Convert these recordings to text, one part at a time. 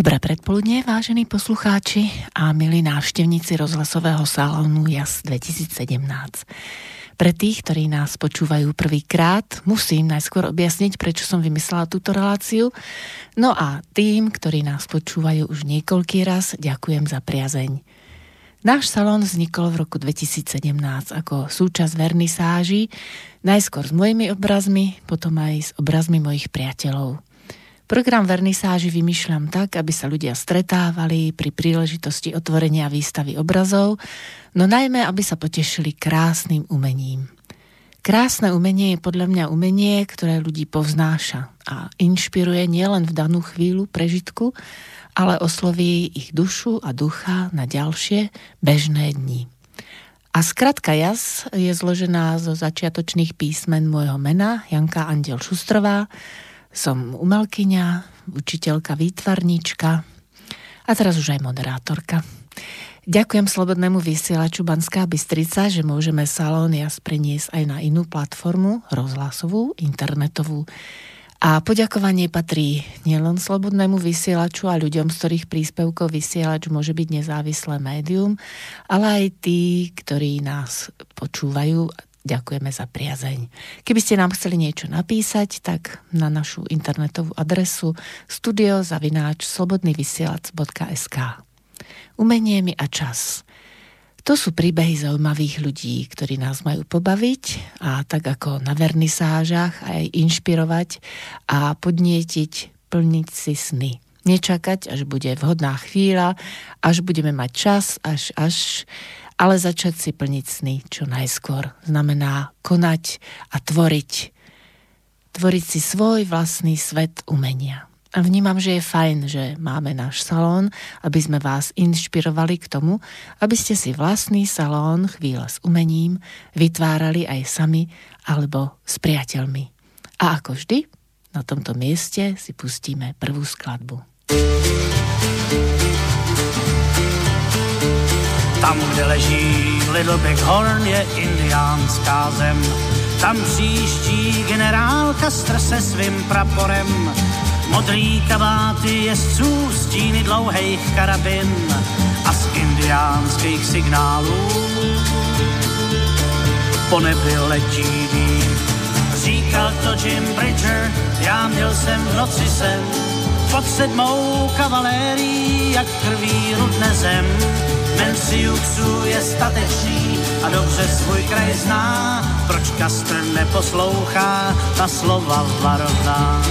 Dobré predpoludnie, vážení poslucháči a milí návštevníci rozhlasového salónu JAS 2017. Pre tých, ktorí nás počúvajú prvýkrát, musím najskôr objasniť, prečo som vymyslela túto reláciu. No a tým, ktorí nás počúvajú už niekoľký raz, ďakujem za priazeň. Náš salón vznikol v roku 2017 ako súčasť vernisáží, najskôr s mojimi obrazmi, potom aj s obrazmi mojich priateľov. Program vernisáži vymýšľam tak, aby sa ľudia stretávali pri príležitosti otvorenia výstavy obrazov, no najmä, aby sa potešili krásnym umením. Krásne umenie je podľa mňa umenie, ktoré ľudí povznáša a inšpiruje nielen v danú chvíľu prežitku, ale osloví ich dušu a ducha na ďalšie bežné dni. A skratka JAS je zložená zo začiatočných písmen môjho mena, Janka Andiel Šustrová. Som umelkyňa, učiteľka, výtvarníčka a teraz už aj moderátorka. Ďakujem Slobodnému vysielaču Banská Bystrica, že môžeme salón JAS preniesť aj na inú platformu, rozhlasovú, internetovú. A poďakovanie patrí nielen Slobodnému vysielaču a ľuďom, z ktorých príspevkov vysielač môže byť nezávislé médium, ale aj tí, ktorí nás počúvajú. Ďakujeme za priazeň. Keby ste nám chceli niečo napísať, tak na našu internetovú adresu studio@slobodnyvysielac.sk. Umenie mi a čas. To sú príbehy zaujímavých ľudí, ktorí nás majú pobaviť a tak ako na vernisážach aj inšpirovať a podnietiť, plniť si sny. Nečakať, až bude vhodná chvíľa, až budeme mať čas, ale začať si plniť sny čo najskôr. Znamená konať a tvoriť. Tvoriť si svoj vlastný svet umenia. A vnímam, že je fajn, že máme náš salón, aby sme vás inšpirovali k tomu, aby ste si vlastný salón Chvíle s umením vytvárali aj sami alebo s priateľmi. A ako vždy, na tomto mieste si pustíme prvú skladbu. Tam, kde leží Little Big Horn, je indiánská zem. Tam příští generál Custer se svým praporem. Modrý kabáty jezdců, stíny dlouhejch karabin a z indiánských signálů po nebi letí dým. Říkal to Jim Bridger, já měl jsem v noci sen pod 7. kavalérií, jak krví rudne zem. Nancy Juxu je statečný a dobře svůj kraj zná, proč Custer neposlouchá ta slova varovná.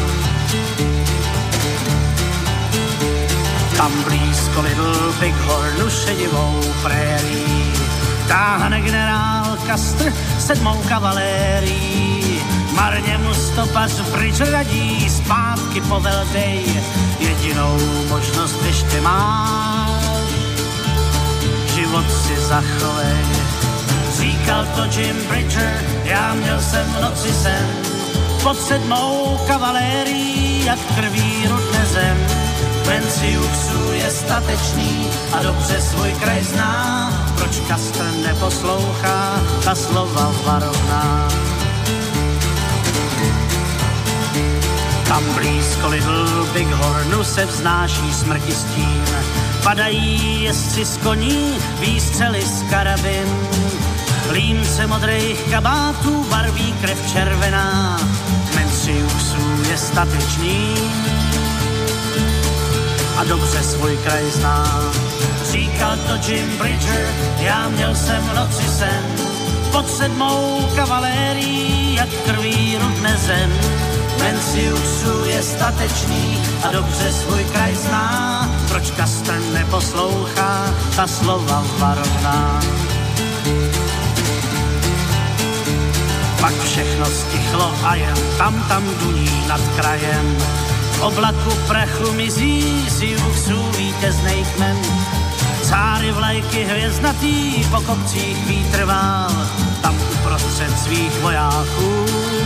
Tam blízko Little Big Hornu šedivou prérii táhne generál Custer 7. kavalérií. Marně mu stopař Bridger radí, zpátky povel dej, jedinou možnost ještě máš, život si zachovej. Říkal to Jim Bridger, já měl jsem v noci sen pod 7. kavalérií, jak krví rudne zem. Nancy Juxu je statečný a dobře svůj kraj zná, proč Custer neposlouchá ta slova varovná. Tam blízko Little Big Hornu se vznáší smrtistín, padají jezdci z koní, výstřely z karabin. Límce modrých kabátů barví krev červená, Nancy Juxu je statečný a dobře svůj kraj zná. Říkal to Jim Bridger, já měl jsem v noci sen pod 7. kavalérií, jak krví rudne zem. Nancy Juxu je statečný a dobře svůj kraj zná, proč Custer neposlouchá ta slova varovná. Pak všechno stichlo a jen tam duní nad krajem. V oblaku prachu mizí z Juxu vítěznej kmen. Cáry vlajky hvězdnatý po kopcích vítr vál, tam uprostřed svých vojáků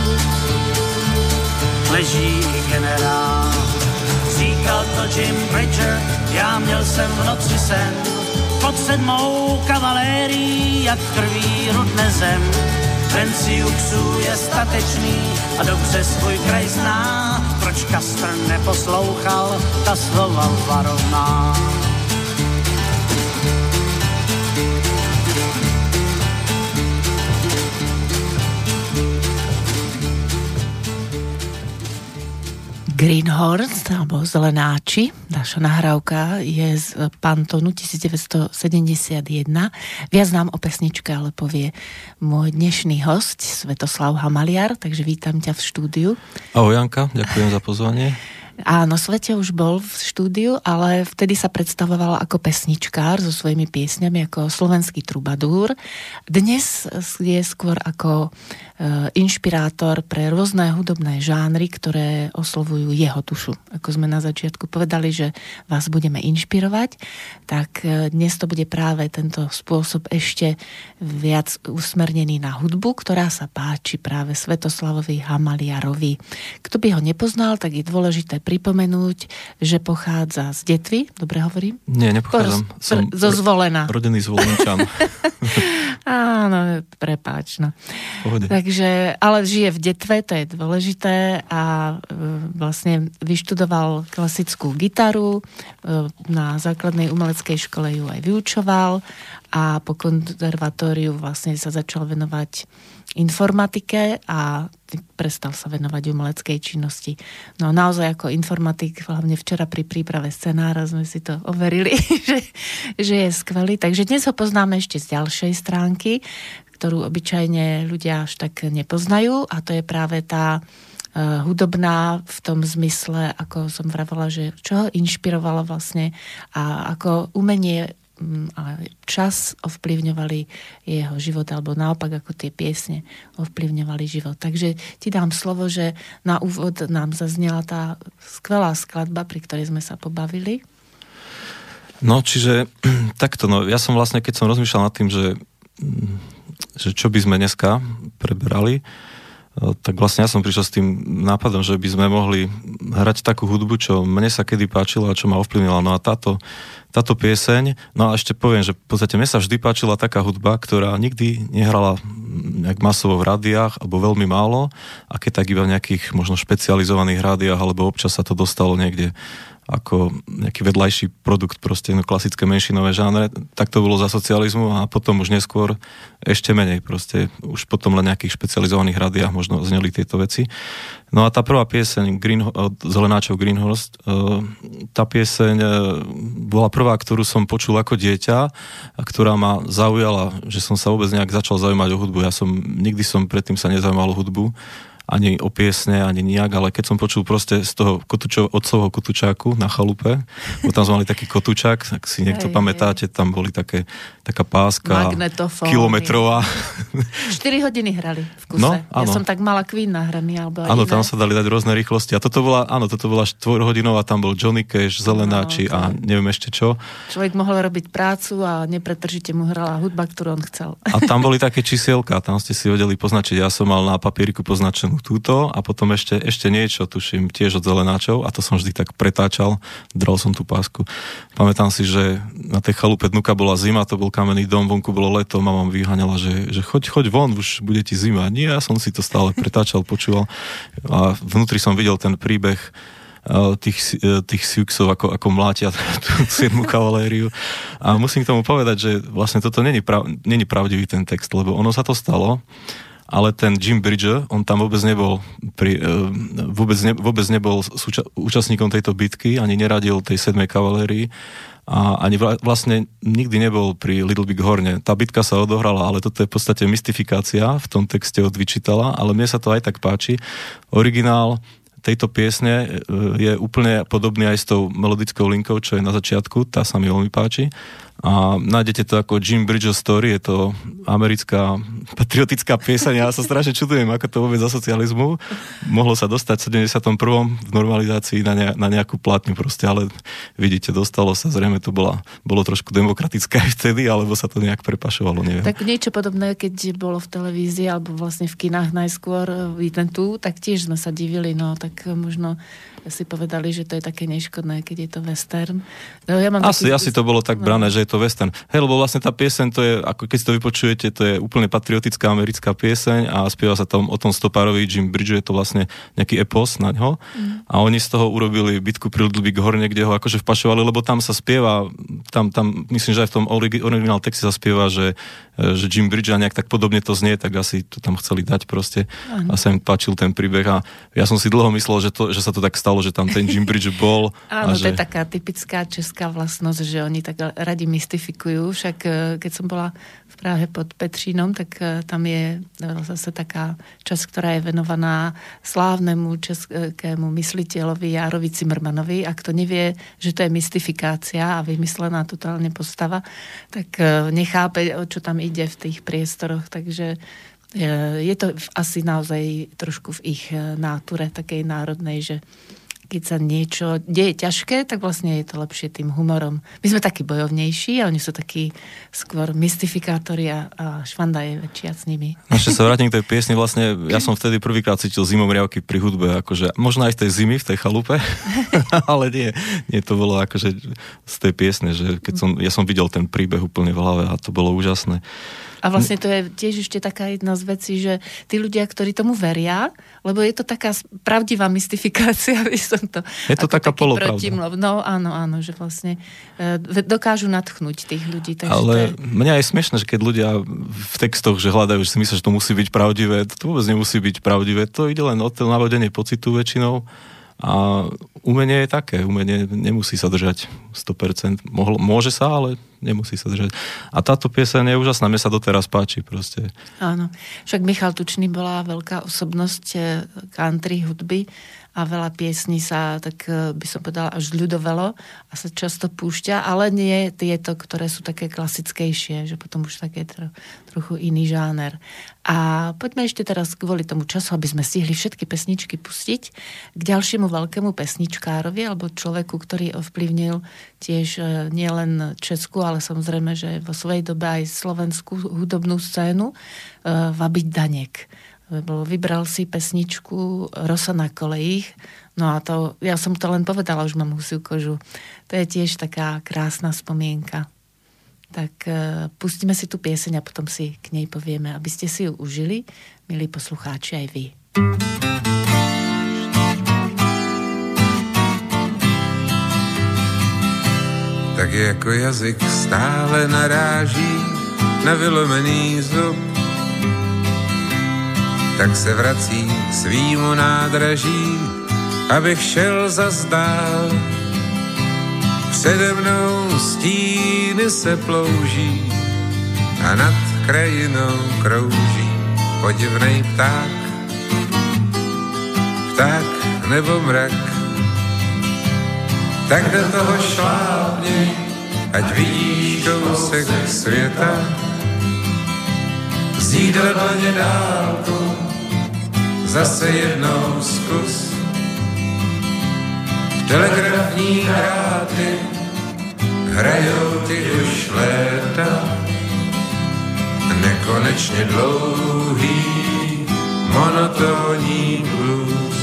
leží generál. Říkal to Jim Bridger, já měl jsem v noci sen pod 7. kavalérií, jak krví rudne zem. Nancy Juxu je statečný a dobře svůj kraj zná, proč Kastr neposlouchal ta slova varovná. Greenhorst, alebo Zelenáči, naša nahrávka je z Pantonu 1971. Viac nám o pesničke ale povie môj dnešný host, Svetoslav Hamaliar, takže vítam ťa v štúdiu. Ahoj Janka, ďakujem za pozvanie. Áno, Svete už bol v štúdiu, ale vtedy sa predstavoval ako pesničkár so svojimi piesňami, ako slovenský trubadúr. Dnes je skôr ako inšpirátor pre rôzne hudobné žánry, ktoré oslovujú jeho dušu. Ako sme na začiatku povedali, že vás budeme inšpirovať, tak dnes to bude práve tento spôsob ešte viac usmernený na hudbu, ktorá sa páči práve Svetoslavovi Hamaliarovi. Kto by ho nepoznal, tak je dôležité pripomenúť, že pochádza z Detvy, dobre hovorím? Nie, nepochádzam. Som zo Zvolena. Rodený Zvolenčan. Áno, prepáč, no. Pohode. Takže, ale žije v Detve, to je dôležité a vlastne vyštudoval klasickú gitaru, na základnej umeleckej škole ju aj vyučoval a po konzervatóriu vlastne sa začal venovať informatike a prestal sa venovať umeleckej činnosti. No naozaj ako informatik, hlavne včera pri príprave scenára sme si to overili, že je skvelý. Takže dnes ho poznáme ešte z ďalšej stránky, ktorú obyčajne ľudia až tak nepoznajú a to je práve tá hudobná v tom zmysle, ako som vravela, že čo ho inšpirovalo vlastne a ako umenie ale čas ovplyvňovali jeho život, alebo naopak ako tie piesne ovplyvňovali život. Takže ti dám slovo, že na úvod nám zaznela tá skvelá skladba, pri ktorej sme sa pobavili. No, čiže takto, no, ja som vlastne, keď som rozmýšľal nad tým, že čo by sme dneska preberali, tak vlastne ja som prišiel s tým nápadom, že by sme mohli hrať takú hudbu, čo mne sa kedy páčila a čo ma ovplyvnila. No a táto pieseň, no a ešte poviem, že v podstate mne sa vždy páčila taká hudba, ktorá nikdy nehrala nejak masovo v rádiách, alebo veľmi málo, a keď tak iba v nejakých možno špecializovaných rádiách, alebo občas sa to dostalo niekde ako nejaký vedľajší produkt, proste klasické menšinové žánre, tak to bolo za socializmu a potom už neskôr ešte menej, proste už potom len nejakých špecializovaných rádiách možno zneli tieto veci. No a tá prvá pieseň od Zelenáčov Greenhorst, tá pieseň bola prvá, ktorú som počul ako dieťa a ktorá ma zaujala, že som sa vôbec nejak začal zaujímať o hudbu. Nikdy som predtým sa nezaujímal o hudbu, ani o piesne, ani nijak, ale keď som počul proste z toho otcovho kotúčáku na chalupe, bo tam sme mali taký kotúčák, tak si niekto pamätáte, tam boli taká páska kilometrová. 4 hodiny hrali v kuse. No, ja som tak mala Queen nahraný, alebo aj áno, iné. tam sa dali dať rôzne rýchlosti. A toto bola 4-hodinová, tam bol Johnny Cash, Zelenáči a neviem ešte čo. Človek mohol robiť prácu a nepretržite mu hrala hudba, ktorú on chcel. A tam boli také čísielka, tam ste si vedeli poznačiť. Ja som mal na papieriku poznačenú túto a potom ešte niečo, tuším, tiež od Zelenáčov a to som vždy tak pretáčal, dral som tú pásku. Pamätám si, že na tej chalupe dnuka bola zima, to bol kamenný dom, vonku bolo leto, mama mi vyháňala, že choď von, už bude ti zima. Nie, ja som si to stále pretáčal, počúval a vnútri som videl ten príbeh tých Siouxov, ako mlátia tú 7. kavalériu. A musím k tomu povedať, že vlastne toto není pravdivý ten text, lebo ono sa to stalo, ale ten Jim Bridger, on tam vôbec nebol účastníkom tejto bitky, ani neradil tej 7. kavalérii a ani vlastne nikdy nebol pri Little Big Horne. Tá bitka sa odohrala, ale toto je v podstate mystifikácia v tom texte od Vyčítala, ale mne sa to aj tak páči. Originál tejto piesne je úplne podobný aj s tou melodickou linkou, čo je na začiatku, tá sa mi veľmi páči. A nájdete to ako Jim Bridger Story, je to americká patriotická pieseň. Ja sa strašne čudujem, ako to vôbec za socializmu mohlo sa dostať v 71. v normalizácii na nejakú platňu proste, ale vidíte, dostalo sa, zrejme to bolo trošku demokratické aj vtedy, alebo sa to nejak prepašovalo, neviem. Tak niečo podobné, keď bolo v televízii, alebo vlastne v kinách najskôr ten tu, tak tiež sme sa divili, no tak možno si povedali, že to je také neškodné, keď je to western. No, ja mám asi to bolo tak brané, že je to western. Hej, lebo vlastne tá pieseň, to je, ako keď si to vypočujete, to je úplne patriotická americká pieseň a spieva sa tam o tom stopárovi Jim Bridge, je to vlastne nejaký epos na ňo. A oni z toho urobili bitku pri Little Big Horne, kde ho akože vpašovali, lebo tam sa spieva, tam myslím, že aj v tom originál texte sa spieva, že Jim Bridge a nejak tak podobne to znie, tak asi to tam chceli dať proste. A sa im páčil ten príbeh a ja som si dlho myslel, že sa to tak stalo, že tam ten Jim Bridge bol. Áno, to je taká typická česká vlastnosť, že oni tak radi mystifikujú. Však keď som bola v Prahe pod Petřínom, tak tam je zase taká časť, ktorá je venovaná slávnemu českému mysliteľovi Járovi Cimrmanovi. Ak to nevie, že to je mystifikácia a vymyslená totálne postava, tak nechápe, o čo tam ide v tých priestoroch. Takže je to asi naozaj trošku v ich náture takej národnej, že keď sa niečo deje ťažké, tak vlastne je to lepšie tým humorom. My sme takí bojovnejší a oni sú takí skôr mystifikátori a švanda je väčšia s nimi. Ešte sa vrátim k tej piesni, vlastne ja som vtedy prvýkrát cítil zimomriavky pri hudbe, akože možno aj z tej zimy v tej chalupe, ale nie, to bolo akože z tej piesne, že ja som videl ten príbeh úplne v hlave a to bolo úžasné. A vlastne to je tiež ešte taká jedna z vecí, že tí ľudia, ktorí tomu veria, lebo je to taká pravdivá mystifikácia, je to taká polopravda. No áno, že vlastne dokážu nadchnúť tých ľudí. Ale mňa je smiešne, že keď ľudia v textoch, že hľadajú, že si myslia, že to musí byť pravdivé, to vôbec nemusí byť pravdivé, to ide len o to navodenie pocitu väčšinou. A umenie je také, umenie nemusí sa držať 100%, môže sa, ale nemusí sa držať. A táto pieseň je úžasná, mne sa doteraz páči proste. Áno, však Michal Tučný bola veľká osobnosť country hudby a veľa piesní sa, tak by som povedala, až ľudovelo a sa často púšťa, ale nie tieto, ktoré sú také klasickejšie, že potom už také trochu iný žáner. A poďme ešte teraz kvôli tomu času, aby sme stihli všetky pesničky pustiť k ďalšiemu veľkému pesničkárovi alebo človeku, ktorý ovplyvnil tiež nielen Česku, ale samozrejme, že vo svojej dobe aj slovenskú hudobnú scénu, Vabit Daněk. Vybral si pesničku Rosa na kolejích. No a to, ja som to len povedala, už mám husiu kožu. To je tiež taká krásna spomienka. Tak pustíme si tú pieseň a potom si k nej povieme, aby ste si ju užili, milí poslucháči, aj vy. Tak jako jazyk stále naráží na vylomený zub, tak se vrací k svýmu nádraží, abych šel zas dál. Přede mnou stíny se plouží a nad krajinou krouží podivnej pták. Pták nebo mrak, tak do toho šlápni, ať vidíš kousek světa. Vzít do dlaně dálku, zase jednou zkus. Telegrafní hráty hrajou ty už léta. Nekonečně dlouhý, monotónní blues.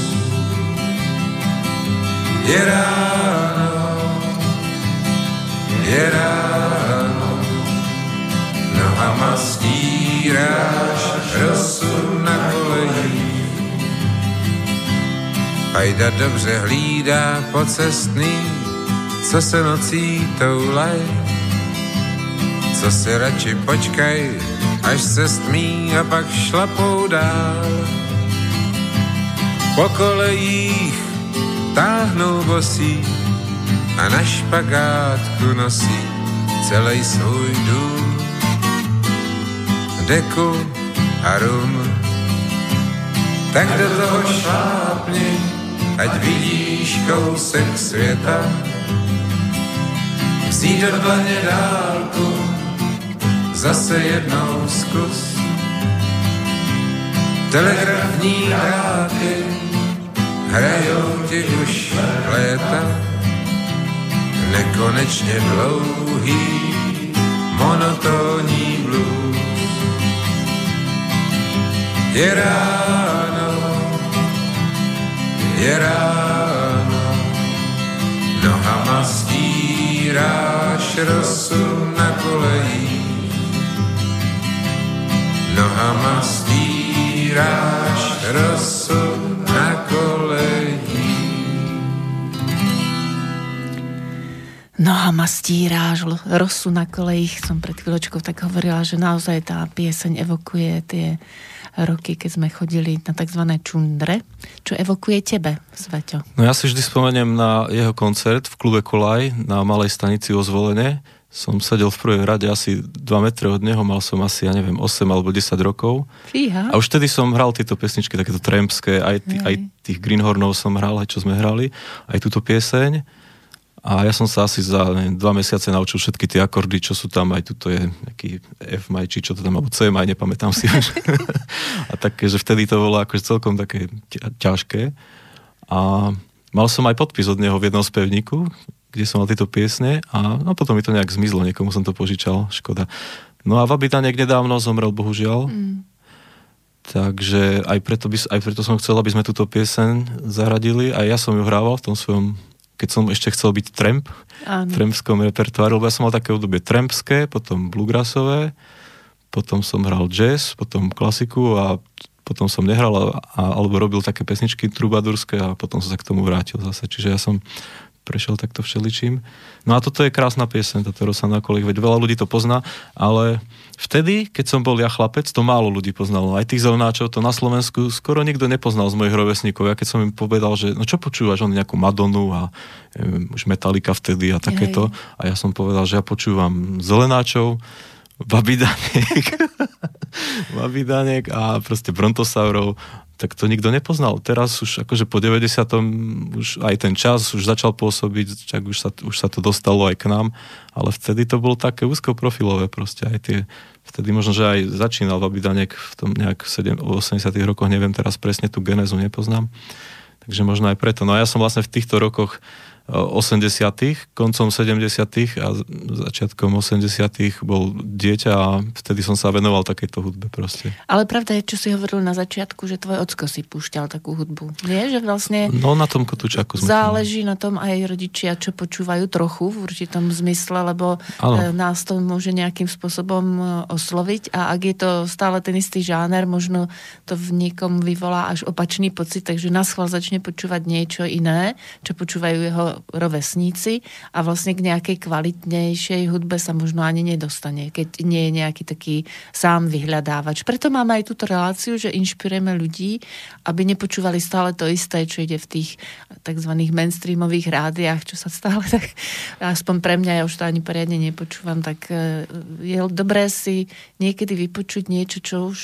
Je ráno, nohama stíráš rosu na kolejích. Ajda dobře hlídá pocestný, co se nocí toulaj. Co si radši počkaj, až se stmí a pak šlapou dál. Po kolejích táhnou bosí a na špagátku nosí celý svůj dům. Deku a rum, tak do toho šlápni, ať vidíš kousek světa. Vzít do dlaně dálku, zase jednou zkus. Telegrafní hráty hrajou ti už léta. Nekonečně dlouhý, monotónní blues. Je ráno, stíráš rosu na kolejích, nohama stíráš rosu na kolejích. Nohama stíráš rosu na kolejích. Som pred chvíľočkou tak hovorila, že naozaj tá pieseň evokuje tie roky, keď sme chodili na takzvané čundre. Čo evokuje tebe, Sveťo? No ja si vždy spomeniem na jeho koncert v klube Kolaj na Malej stanici o Zvolene. Som sedel v prvej rade asi 2 metre od neho, mal som asi, 8 alebo 10 rokov. Fíha. A už vtedy som hral tieto pesničky, takéto trampské, aj tých Greenhornov som hral, aj čo sme hrali, aj túto pieseň. A ja som sa asi za 2 mesiace naučil všetky tie akordy, čo sú tam, aj tuto je nejaký F maj, či čo to tam, alebo C maj, nepamätám si už. A také, že vtedy to bolo akože celkom také ťažké. A mal som aj podpis od neho v jednom spevníku, kde som mal tieto piesne a no, potom mi to nejak zmizlo, niekomu som to požičal, škoda. No a Vabidanek nedávno zomrel, bohužiaľ. Takže aj preto som chcel, aby sme túto pieseň zaradili a ja som ju hrával v tom svojom, keď som ešte chcel byť tramp, v trampskom repertoáru, lebo ja som mal také obdobie trampské, potom bluegrassové, potom som hral jazz, potom klasiku a potom som nehral alebo robil také pesničky trubadurské a potom som sa k tomu vrátil zase. Čiže ja som prešiel takto všeličím. No a toto je krásna pieseň, táto Rosa na kolejích, veď veľa ľudí to pozná, ale vtedy, keď som bol ja chlapec, to málo ľudí poznalo. Aj tých zelenáčov to na Slovensku skoro nikto nepoznal z mojich rovesníkov. Ja keď som im povedal, že no čo počúvaš, on nejakú Madonu a už Metallica vtedy a takéto. A ja som povedal, že ja počúvam zelenáčov, Vabidanek a proste Brontosaurov, tak to nikto nepoznal. Teraz už akože po 90. už aj ten čas už začal pôsobiť, tak už sa to dostalo aj k nám, ale vtedy to bolo také úzkoprofilové proste aj tie, vtedy možno, že aj začínal Vabidanek v tom nejak 80. rokoch, neviem teraz presne tú genézu nepoznám, takže možno aj preto. No a ja som vlastne v týchto rokoch 80., koncom 70. a začiatkom 80. bol dieťa a vtedy som sa venoval takejto hudbe proste. Ale pravda je, čo si hovoril na začiatku, že tvoj ocko si púšťal takú hudbu. Nie? Že vlastne no na tom Kotúčaku záleží na tom aj rodičia, čo počúvajú trochu v určitom zmysle, lebo nás to môže nejakým spôsobom osloviť a ak je to stále ten istý žáner, možno to v niekom vyvolá až opačný pocit, takže naschvál začne počúvať niečo iné, čo počúvajú jeho rovesníci a vlastne k nejakej kvalitnejšej hudbe sa možno ani nedostane, keď nie je nejaký taký sám vyhľadávač. Preto máme aj túto reláciu, že inšpirujeme ľudí, aby nepočúvali stále to isté, čo ide v tých takzvaných mainstreamových rádiách, čo sa stále tak, aspoň pre mňa, ja už to ani poriadne nepočúvam, tak je dobré si niekedy vypočuť niečo, čo už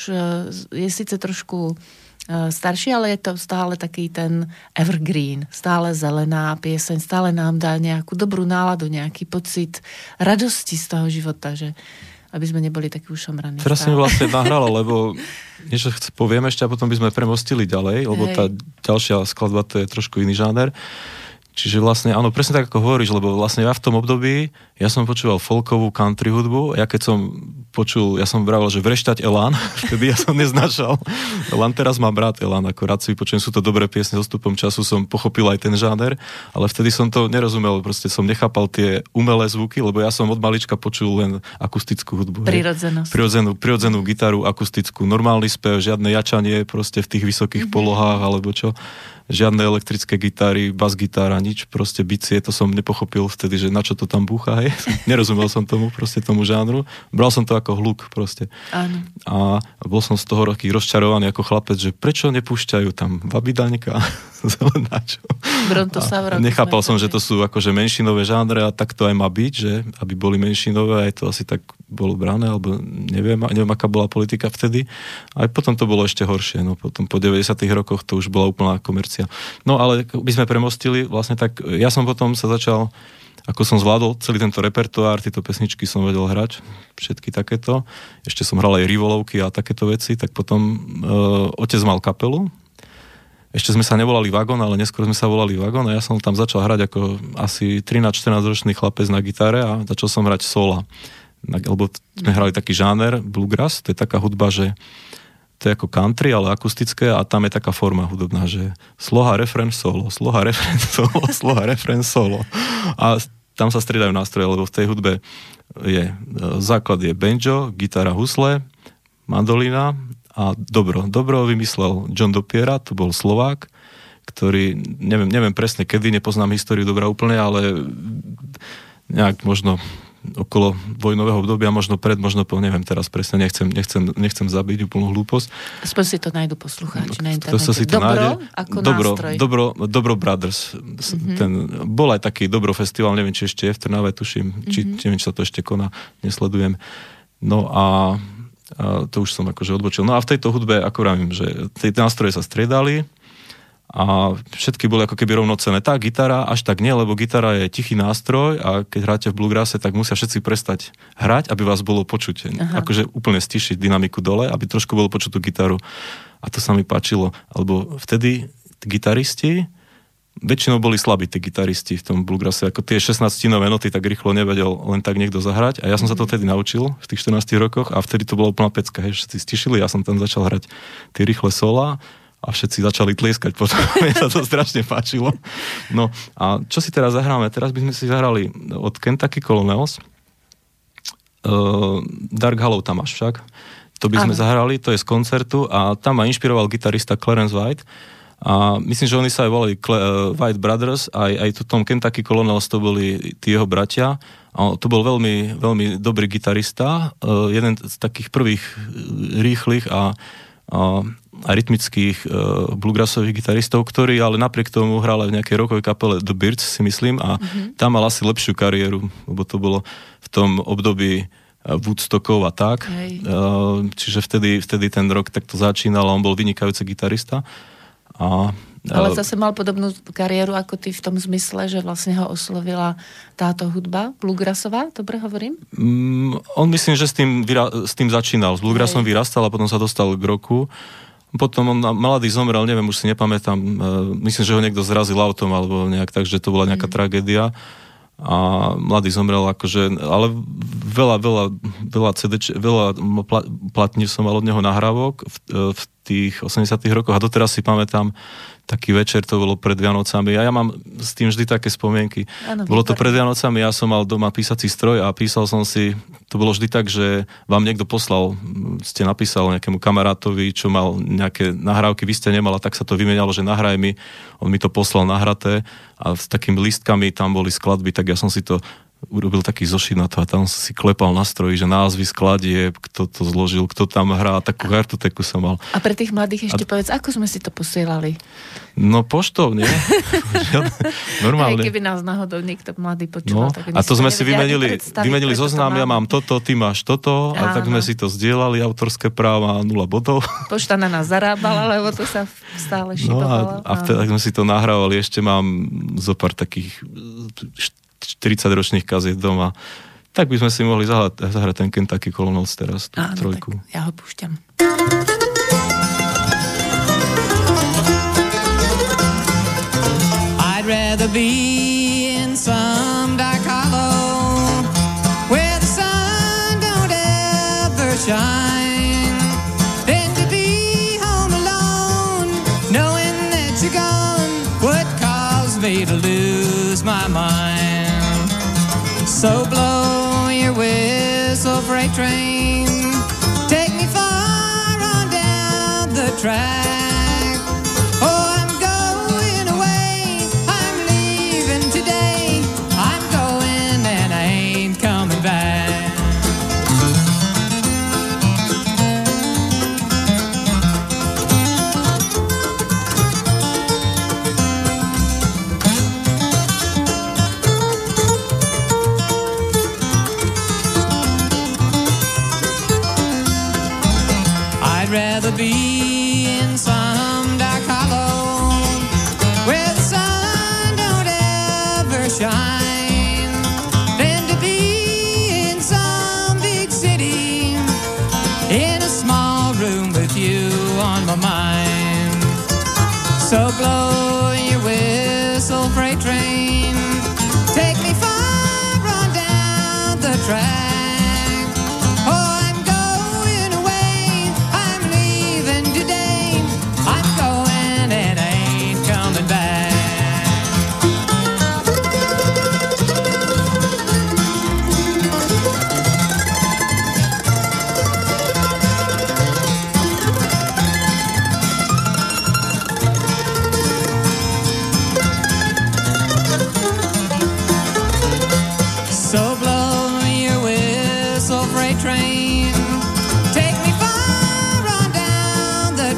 je síce trošku starší, ale je to stále taký ten evergreen, stále zelená pieseň, stále nám dá nejakú dobrú náladu, nejaký pocit radosti z toho života, že aby sme neboli takí ušomraní. Teraz si mi vlastne nahrala, lebo niečo poviem ešte a potom by sme premostili ďalej, lebo tá ďalšia skladba to je trošku iný žáner. Čiže vlastne, áno, presne tak, ako hovoríš, lebo vlastne ja v tom období, ja som počúval folkovú country hudbu, ja keď som počul, ja som vravel, že Vreštať Elán, vtedy ja som neznačal. Elán teraz mám rád Elán, ako rád si vypočujem, sú to dobré piesne, s odstupom času som pochopil aj ten žáner, ale vtedy som to nerozumel, proste som nechápal tie umelé zvuky, lebo ja som od malička počul len akustickú hudbu. Prirodzenosť. Prirodzenú gitaru, akustickú, normálny spev, žiadne jačanie proste v tých vysokých polohách, alebo čo. Žiadne elektrické gitary, bas-gitára, nič, proste bicie, to som nepochopil vtedy, že na čo to tam búcha, hej. Nerozumel som tomu, proste tomu žánru. Bral som to ako hluk, proste. Áno. A bol som z toho roky rozčarovaný ako chlapec, že prečo nepúšťajú tam Vabidaňka, zelenáčov. Brontosaura. Nechápal som, že to sú akože menšinové žánre a tak to aj má byť, že aby boli menšinové, aj to asi tak bolo brané, alebo neviem, aká bola politika vtedy. Aj potom to bolo ešte horšie, no potom po 90. rokoch to už bola úplná komercia. No ale by sme premostili, vlastne tak, ja som potom sa začal, ako som zvládol celý tento repertoár, tieto pesničky som vedel hrať, všetky takéto, ešte som hral aj rivolovky a takéto veci, tak potom otec mal kapelu, ešte sme sa nevolali Vagon, ale neskôr sme sa volali Vagon a ja som tam začal hrať ako asi 13-14 ročný chlapec na gitare a začal som hrať sola, lebo sme hrali taký žáner, bluegrass, to je taká hudba, že to je ako country, ale akustické a tam je taká forma hudobná, že sloha, refrén, solo, sloha, refrén, solo, sloha, refrén, solo. A tam sa striedajú nástroje, lebo v tej hudbe základ je banjo, gitara, husle, mandolina a dobro vymyslel John Dopiera, to bol Slovák, ktorý, neviem presne kedy, nepoznám históriu dobra úplne, ale nejak možno okolo vojnového obdobia, možno po, neviem teraz presne, nechcem zabiť úplnú hlúposť. Aspoň si to nájdu poslucháči na internete. To si to Dobro ako nástroj. Dobro Brothers. Bol aj taký Dobro festival, neviem, či ešte je v Trnave, tuším, či neviem, či sa to ešte koná, nesledujem. No a to už som akože odbočil. No a v tejto hudbe, ako vravím, že tie nástroje sa striedali a všetky boli ako keby rovnocenné. Tá gitara až tak nie, lebo gitara je tichý nástroj a keď hráte v bluegrase, tak musia všetci prestať hrať, aby vás bolo počuť. Akože úplne stišiť dynamiku dole, aby trošku bolo počuť tú gitaru. A to sa mi páčilo. Alebo vtedy gitaristi, väčšinou boli slabí tí gitaristi v tom bluegrase, ako tie 16-tinové noty tak rýchlo nevedel len tak niekto zahrať. A ja som sa to vtedy naučil v tých 14 rokoch a vtedy to bola úplná pecka. Všetci stišili, ja som tam začal hrať tie rýchle solá a všetci začali tlieskať potom. Mne sa to strašne páčilo. No a čo si teraz zahráme? Teraz by sme si zahrali od Kentucky Colonels. Dark Hollow tam máš však. To by sme zahrali, to je z koncertu a tam ma inšpiroval gitarista Clarence White. A myslím, že oni sa aj volali White Brothers, aj tu tom Kentucky Colonels to boli tí jeho bratia. A to bol veľmi, veľmi dobrý gitarista, jeden z takých prvých rýchlych a rytmických bluegrassových gitaristov, ktorý ale napriek tomu hral aj v nejakej rockovej kapele The Byrds, si myslím, a tam mal asi lepšiu kariéru, lebo to bolo v tom období Woodstockov a tak. Čiže vtedy ten rok takto začínal a on bol vynikajúci gitarista. Ale zase mal podobnú kariéru ako ty v tom zmysle, že vlastne ho oslovila táto hudba bluegrassová, dobre hovorím? On myslím, že s tým začínal. S bluegrassom vyrastal a potom sa dostal k rocku. Potom on mladý zomrel, neviem, už si nepamätám, myslím, že ho niekto zrazil autom alebo nejak, takže to bola nejaká tragédia. A mladý zomrel, akože, ale veľa platní som mal od neho nahrávok v tých 80 rokoch a doteraz si pamätám taký večer, to bolo pred Vianocami a ja mám s tým vždy také spomienky. Ano, bolo to pred Vianocami, ja som mal doma písací stroj a písal som si, to bolo vždy tak, že vám niekto poslal, ste napísal nejakému kamarátovi, čo mal nejaké nahrávky, vy ste nemala, tak sa to vymenalo, že nahraj mi, on mi to poslal nahraté a s takými lístkami tam boli skladby, tak ja som si to urobil taký zošit na to a tam si klepal na stroji, že názvy skladieb, kto to zložil, kto tam hrá, takú kartoteku som mal. A pre tých mladých ešte povedz, ako sme si to posielali? No poštou, nie? Normálne. Aj keby nás náhodou niekto mladý počúval. No, a to sme si vymenili zoznam, ja mám toto, ty máš toto a tak sme si to zdieľali, autorské práva 0 bodov. Pošta na nás zarábala, lebo to sa stále šibovalo. A vtedy sme si to nahrávali, ešte mám zopár takých 40-ročných kaziet doma. Tak by sme si mohli zahrať ten Kentucky Colonels teraz, tú trojku. Tak ja ho púšťam. I'd rather be in some dark hollow where the sun don't ever shine than to be home alone knowing that you're gone would cause me to lose my mind. So blow your whistle, freight train, take me far on down the track. Oh, I'm going away, I'm leaving today, I'm going and I ain't coming back. Rather be in some dark hollow where the sun don't ever shine than to be in some big city in a small room with you on my mind. So blow your whistle, freight train, take me far on down the track.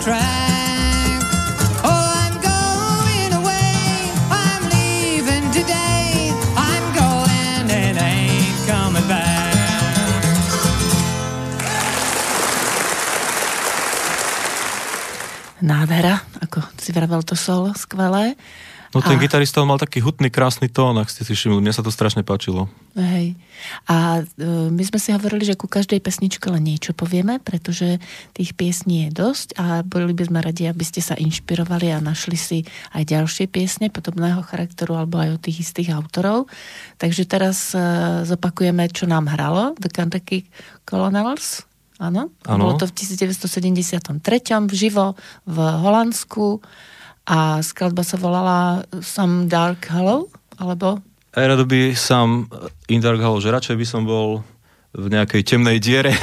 track. Oh, I'm going away, I'm leaving today, I'm going and ain't coming back. Nádhera, ako si vravel to solo, skvelé. No ten gitarista mal taký hutný, krásny tón, ak ste si všimli, mne sa to strašne páčilo. Hej. A my sme si hovorili, že ku každej pesničke len niečo povieme, pretože tých piesní je dosť a boli by sme radi, aby ste sa inšpirovali a našli si aj ďalšie piesne podobného charakteru alebo aj od tých istých autorov. Takže teraz zopakujeme, čo nám hralo, The Kentucky Colonels. Áno. Bolo to v 1973. živo v Holandsku. A skladba sa volala Some Dark Hollow, alebo? Aj rado by som In Dark Hollow, že radšej by som bol v nejakej temnej diere.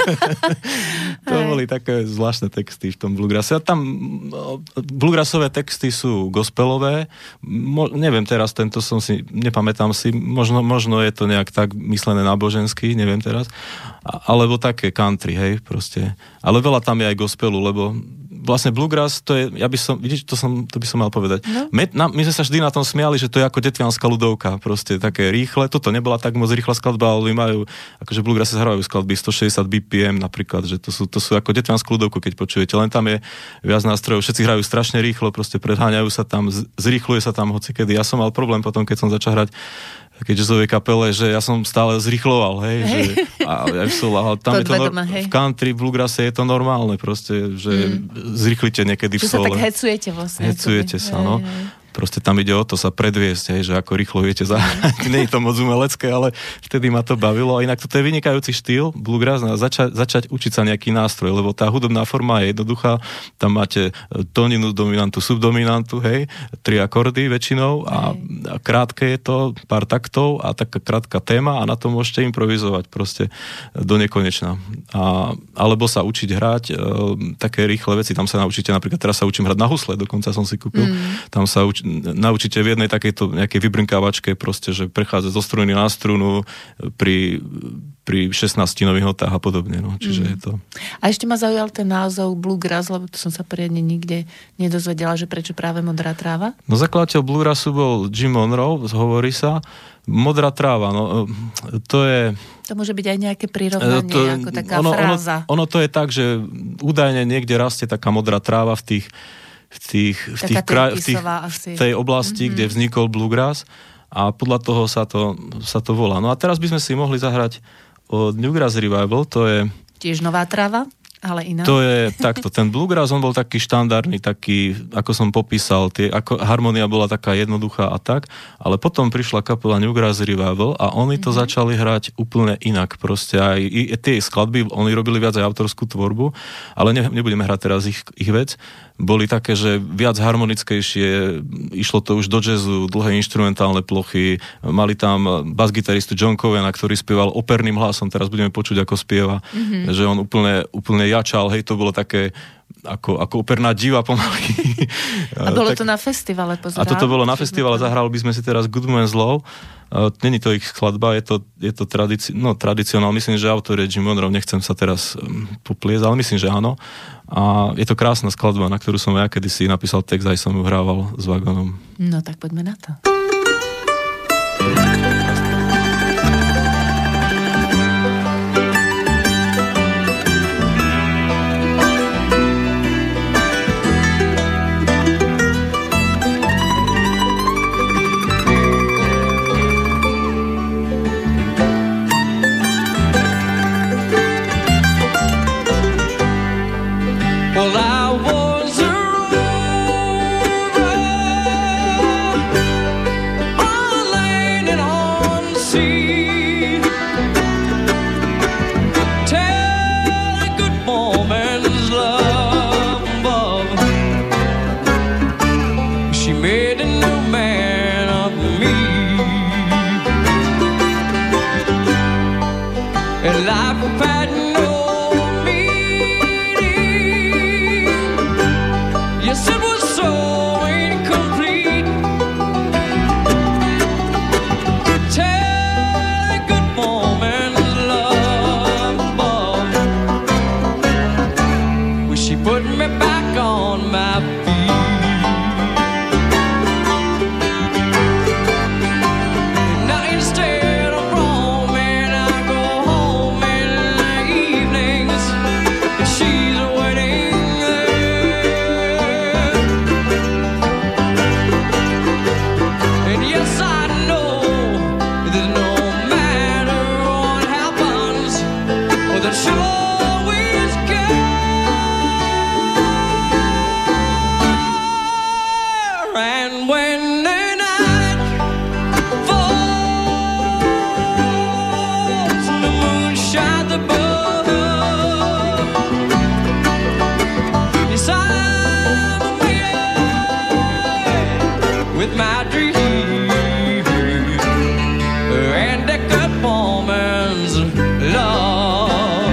To boli také zvláštne texty v tom bluegrasse. A tam bluegrassové texty sú gospelové. Neviem teraz, tento som si, nepamätám si, možno je to nejak tak myslené nábožensky, neviem teraz. Alebo také country, hej, proste. Ale veľa tam je aj gospelu, lebo vlastne bluegrass, to je, ja by som, vidíte, to by som mal povedať. No. My sme sa vždy na tom smiali, že to je ako detvianská ľudovka, proste také rýchle. Toto nebola tak moc rýchla skladba, ale majú, akože bluegrasse hrajú skladby 160 BPM napríklad, že to sú ako detvianskú ľudovku, keď počujete. Len tam je viac nástrojov, všetci hrajú strašne rýchlo, proste predháňajú sa tam, zrýchluje sa tam hocikedy. Ja som mal problém potom, keď som začal hrať také jazzovej kapele, že ja som stále zrýchloval, hej, že tam je to v country, v bluegrasse je to normálne proste, že zrýchlite niekedy v sole. Že sa tak hecujete vlastne. Hecujete sa, no. Proste tam ide o to sa predviesť, hej, že ako rýchlo viete zahrať. Nie je to moc umelecké, ale vtedy ma to bavilo. A inak toto je vynikajúci štýl bluegrass, začať učiť sa nejaký nástroj, lebo tá hudobná forma je jednoduchá. Tam máte tóninu, dominantu, subdominantu, hej, 3 akordy väčšinou a krátke je to, pár taktov a taká krátka téma a na to môžete improvizovať proste do nekonečna. Alebo sa učiť hrať také rýchle veci. Tam sa naučíte, napríklad teraz sa učím hrať na husle, dokonca som si kúpil. Tam sa naučíte v jednej takejto nejakej vybrnkávačke proste, že prechádza zo struny na strunu pri 16 nových notách a podobne, no. Čiže je to... A ešte ma zaujal ten názov bluegrass, lebo to som sa poriadne nikde nedozvedela, že prečo práve modrá tráva? No zakladateľ bluegrassu bol Jim Monroe, hovorí sa. Modrá tráva, no to je... To môže byť aj nejaké prirovnanie, ako taká fráza. Ono to je tak, že údajne niekde rastie taká modrá tráva v tej oblasti, kde vznikol bluegrass a podľa toho sa to volá. No a teraz by sme si mohli zahrať od Newgrass Revival, to je... Tiež nová tráva, ale iná. To je takto, ten bluegrass, on bol taký štandardný, taký, ako som popísal, harmonia bola taká jednoduchá a tak, ale potom prišla kapela Newgrass Revival a oni to začali hrať úplne inak, proste aj tie skladby, oni robili viac aj autorskú tvorbu, ale nebudeme hrať teraz ich vec. Boli také, že viac harmonickejšie, išlo to už do jazzu, dlhé inštrumentálne plochy, mali tam basgitaristu John Covena, ktorý spieval operným hlasom, teraz budeme počuť, ako spieva, že on úplne jačal, hej, to bolo také ako operná diva pomaly. A bolo to na festivale, pozerám. A toto bolo na festivale, zahrali by sme si teraz Good Man's Law. Není to ich skladba, je to tradicionál, myslím, že autor je Jim Monroe, nechcem sa teraz popliesť, ale myslím, že áno. A je to krásna skladba, na ktorú som ja kedysi napísal text, aj som ju hrával s Vaganom. No tak poďme na to. Well, I was a rover on land and on the sea. Tell a good woman's love above. She made a new man of me. And life had no back on my feet. Now instead of roaming, I go home in the evenings, and she's waiting there. And yes, I know that no matter what happens, that she'll always care. And when the night falls and the moon shines above, yes, I'm a man with my dream and a good woman's love.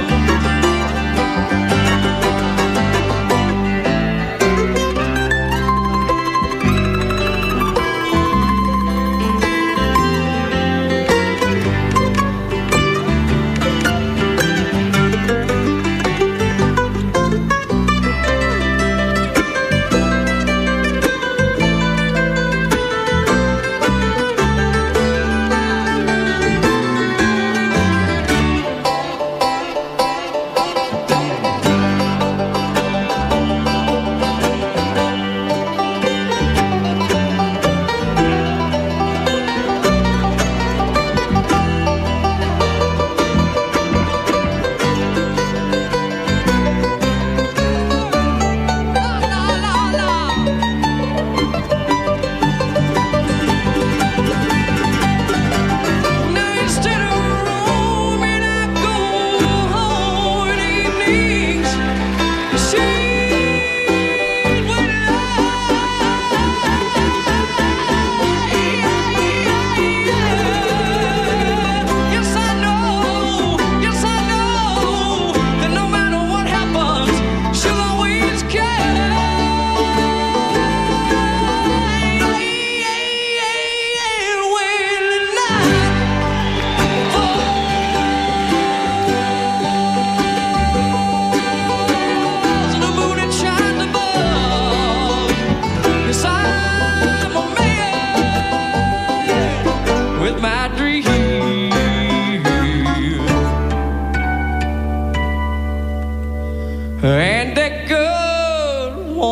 And a good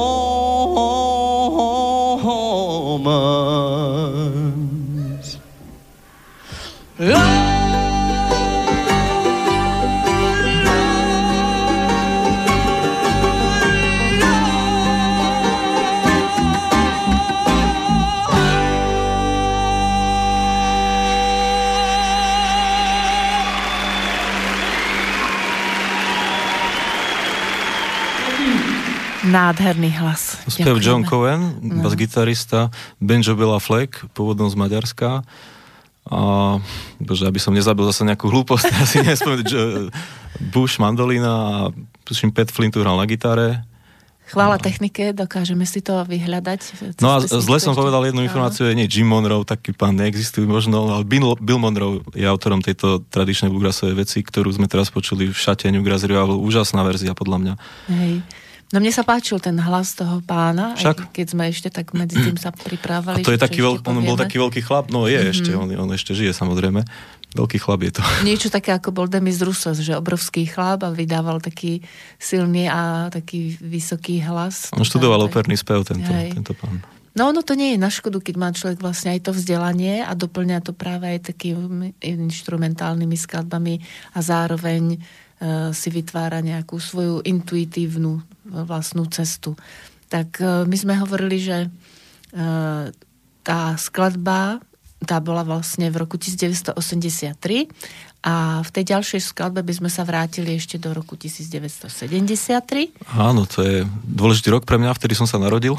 woman's love. Nádherný hlas. Spev John Cohen, bas-gitarista, Benjo Bela Fleck, pôvodom z Maďarska. A bože, aby som nezabil zase nejakú hlúposť, asi nespomenúť, Bush, mandolína a tuším Pat Flint hral na gitare. Chvála technike, dokážeme si to vyhľadať. No a zle som povedal jednu informáciu, nie Jim Monroe, taký pán neexistuje možno, ale Bill Monroe je autorom tejto tradičnej bluegrassovej veci, ktorú sme teraz počuli v šate Newgrass Revival. Úžasná verzia, podľa mňa. Hej. No mne sa páčil ten hlas toho pána, však? Aj keď sme ešte tak medzi tým sa pripravali. A to je taký on bol taký veľký chlap, no je ešte, on ešte žije samozrejme. Veľký chlap je to. Niečo také ako bol Demis Roussos, že obrovský chlap a vydával taký silný a taký vysoký hlas. On študoval operný spev, tento pán. No ono to nie je na škodu, keď má človek vlastne aj to vzdelanie a doplňa to práve aj takými inštrumentálnymi skladbami a zároveň si vytvára nejakú svoju intuitívnu vlastnú cestu. Tak my sme hovorili, že tá skladba, tá bola vlastne v roku 1983 a v tej ďalšej skladbe by sme sa vrátili ešte do roku 1973. Áno, to je dôležitý rok pre mňa, vtedy som sa narodil.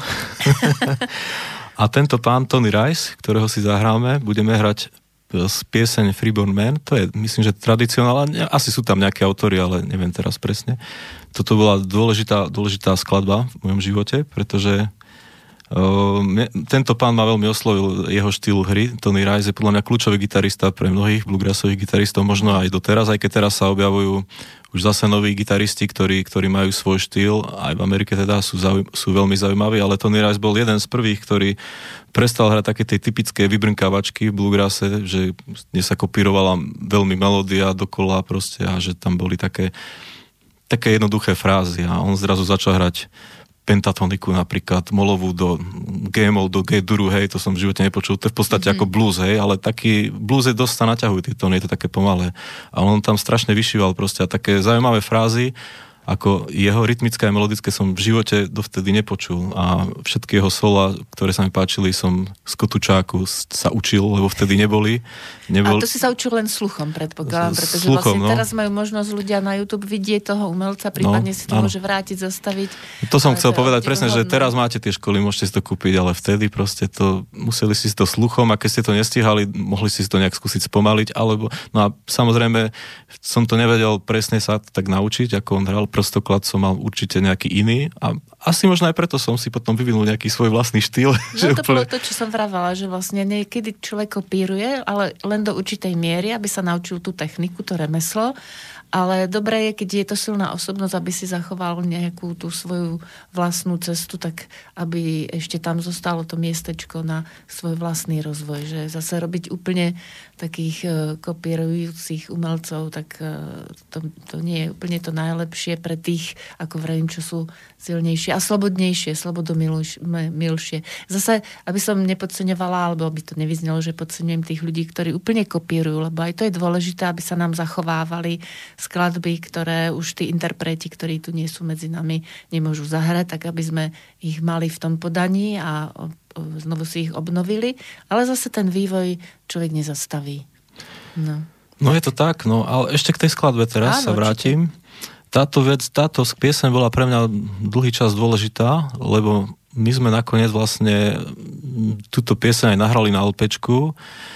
A tento pán Tony Rice, ktorého si zahráme, budeme hrať z pieseň Freeborn Man, to je, myslím, že tradicionálne, asi sú tam nejaké autory, ale neviem teraz presne. Toto bola dôležitá skladba v mojom živote, pretože Tento pán ma veľmi oslovil, jeho štýl hry. Tony Rice je podľa mňa kľúčový gitarista pre mnohých bluegrassových gitaristov, možno aj doteraz, aj keď teraz sa objavujú už zase noví gitaristi, ktorí majú svoj štýl, aj v Amerike teda sú veľmi zaujímaví, ale Tony Rice bol jeden z prvých, ktorý prestal hrať také tej typické vybrnkávačky v bluegrasse, že dnes sa kopírovala veľmi melódia dokola proste a že tam boli také jednoduché frázy a on zrazu začal hrať pentatoniku napríklad, molovú do G-mol, do G-duru, hej, to som v živote nepočul, to je v podstate ako blues, hej, ale taký blues je dosť sa naťahujú tie tóny, je to také pomalé. A on tam strašne vyšíval proste a také zaujímavé frázy, ako jeho rytmické a melodické som v živote dovtedy nepočul a všetky jeho sola, ktoré sa mi páčili, som z Kotučáku sa učil, lebo vtedy neboli. A to si sa učil len sluchom, predpokladám, pretože sluchom, vlastne teraz majú možnosť ľudia na YouTube vidieť toho umelca, prípadne si to môže vrátiť, zastaviť. To som chcel povedať presne, že teraz máte tie školy, môžete si to kúpiť, ale vtedy proste to, museli si to sluchom a keď ste to nestihali, mohli si to nejak skúsiť spomaliť, alebo, no a samozrejme som to nevedel presne sa tak naučiť, ako on hral, prostoklad som mal určite nejaký iný a asi možno aj preto som si potom vyvinul nejaký svoj vlastný štýl. No to bolo to, čo som vravala, že vlastne niekedy človek kopíruje, ale len do určitej miery, aby sa naučil tú techniku, to remeslo, ale dobré je, keď je to silná osobnosť, aby si zachoval nejakú tú svoju vlastnú cestu, tak aby ešte tam zostalo to miestečko na svoj vlastný rozvoj, že zase robiť úplne takých kopírujúcich umelcov, tak to nie je úplne to najlepšie pre tých, ako vravím, čo sú silnejšie a slobodnejšie, slobodomilšie. Zase, aby som nepodceňovala, alebo aby to nevyznelo, že podceňujem tých ľudí, ktorí úplne kopírujú, lebo aj to je dôležité, aby sa nám zachovávali skladby, ktoré už tí interpreti, ktorí tu nie sú medzi nami, nemôžu zahrať, tak aby sme ich mali v tom podaní a znovu si ich obnovili. Ale zase ten vývoj človek nezastaví. No je to tak, no ale ešte k tej skladbe teraz sa vrátim. Táto pieseň bola pre mňa dlhý čas dôležitá, lebo my sme nakoniec vlastne túto pieseň aj nahrali na LPčku.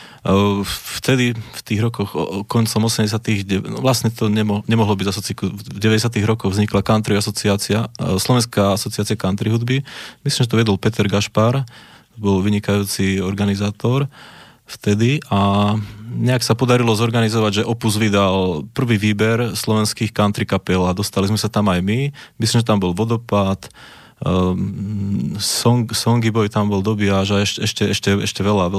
Vtedy, v tých rokoch, koncom 80. vlastne to nemohlo byť za sociku. V 90. rokoch vznikla country asociácia, Slovenská asociácia country hudby. Myslím, že to vedol Peter Gašpar, bol vynikajúci organizátor vtedy a nejak sa podarilo zorganizovať, že Opus vydal prvý výber slovenských country kapiel a dostali sme sa tam aj my. Myslím, že tam bol Vodopád, Songy Boy tam bol, Dobiaž a ešte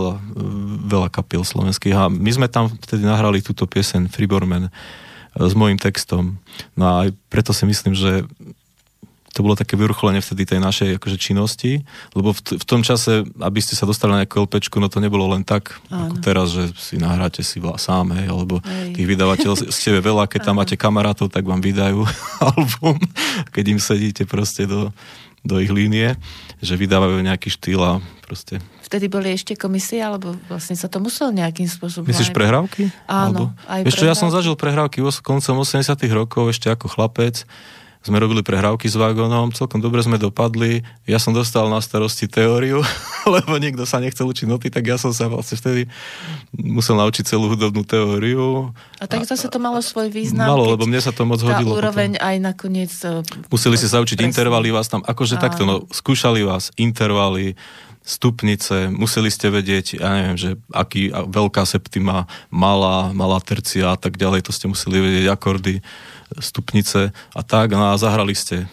veľa kapiel slovenských a my sme tam vtedy nahrali túto pieseň Freeborn s mojím textom. No a aj preto si myslím, že to bolo také vyvrcholenie vtedy tej našej akože činnosti, lebo v tom čase, aby ste sa dostali na nejakú LPčku, no to nebolo len tak, ako teraz, že si nahráte si sám, hej, alebo tých vydavateľov ste veľa, keď tam máte kamarátov, tak vám vydajú album, keď im sedíte proste do ich línie, že vydávajú nejaký štýl a proste... Vtedy boli ešte komisie, alebo vlastne sa to muselo nejakým spôsobom... Myslíš prehrávky? Áno, aj prehrávky. Ja som zažil prehrávky koncom 80 rokov, ešte ako chlapec. Sme robili prehrávky s Vagónom, celkom dobre sme dopadli. Ja som dostal na starosti teóriu, lebo niekto sa nechcel učiť noty, tak ja som sa vlastne vtedy musel naučiť celú hudobnú teóriu. A tak zase to malo svoj význam. Malo, lebo mne sa to moc hodilo. Tá úroveň potom aj nakoniec... Museli ste sa učiť intervaly, vás tam, akože takto, no, skúšali vás intervaly, stupnice, museli ste vedieť, ja neviem, že veľká septima, malá tercia a tak ďalej, to ste museli vedieť, akordy, stupnice a tak, no a zahrali ste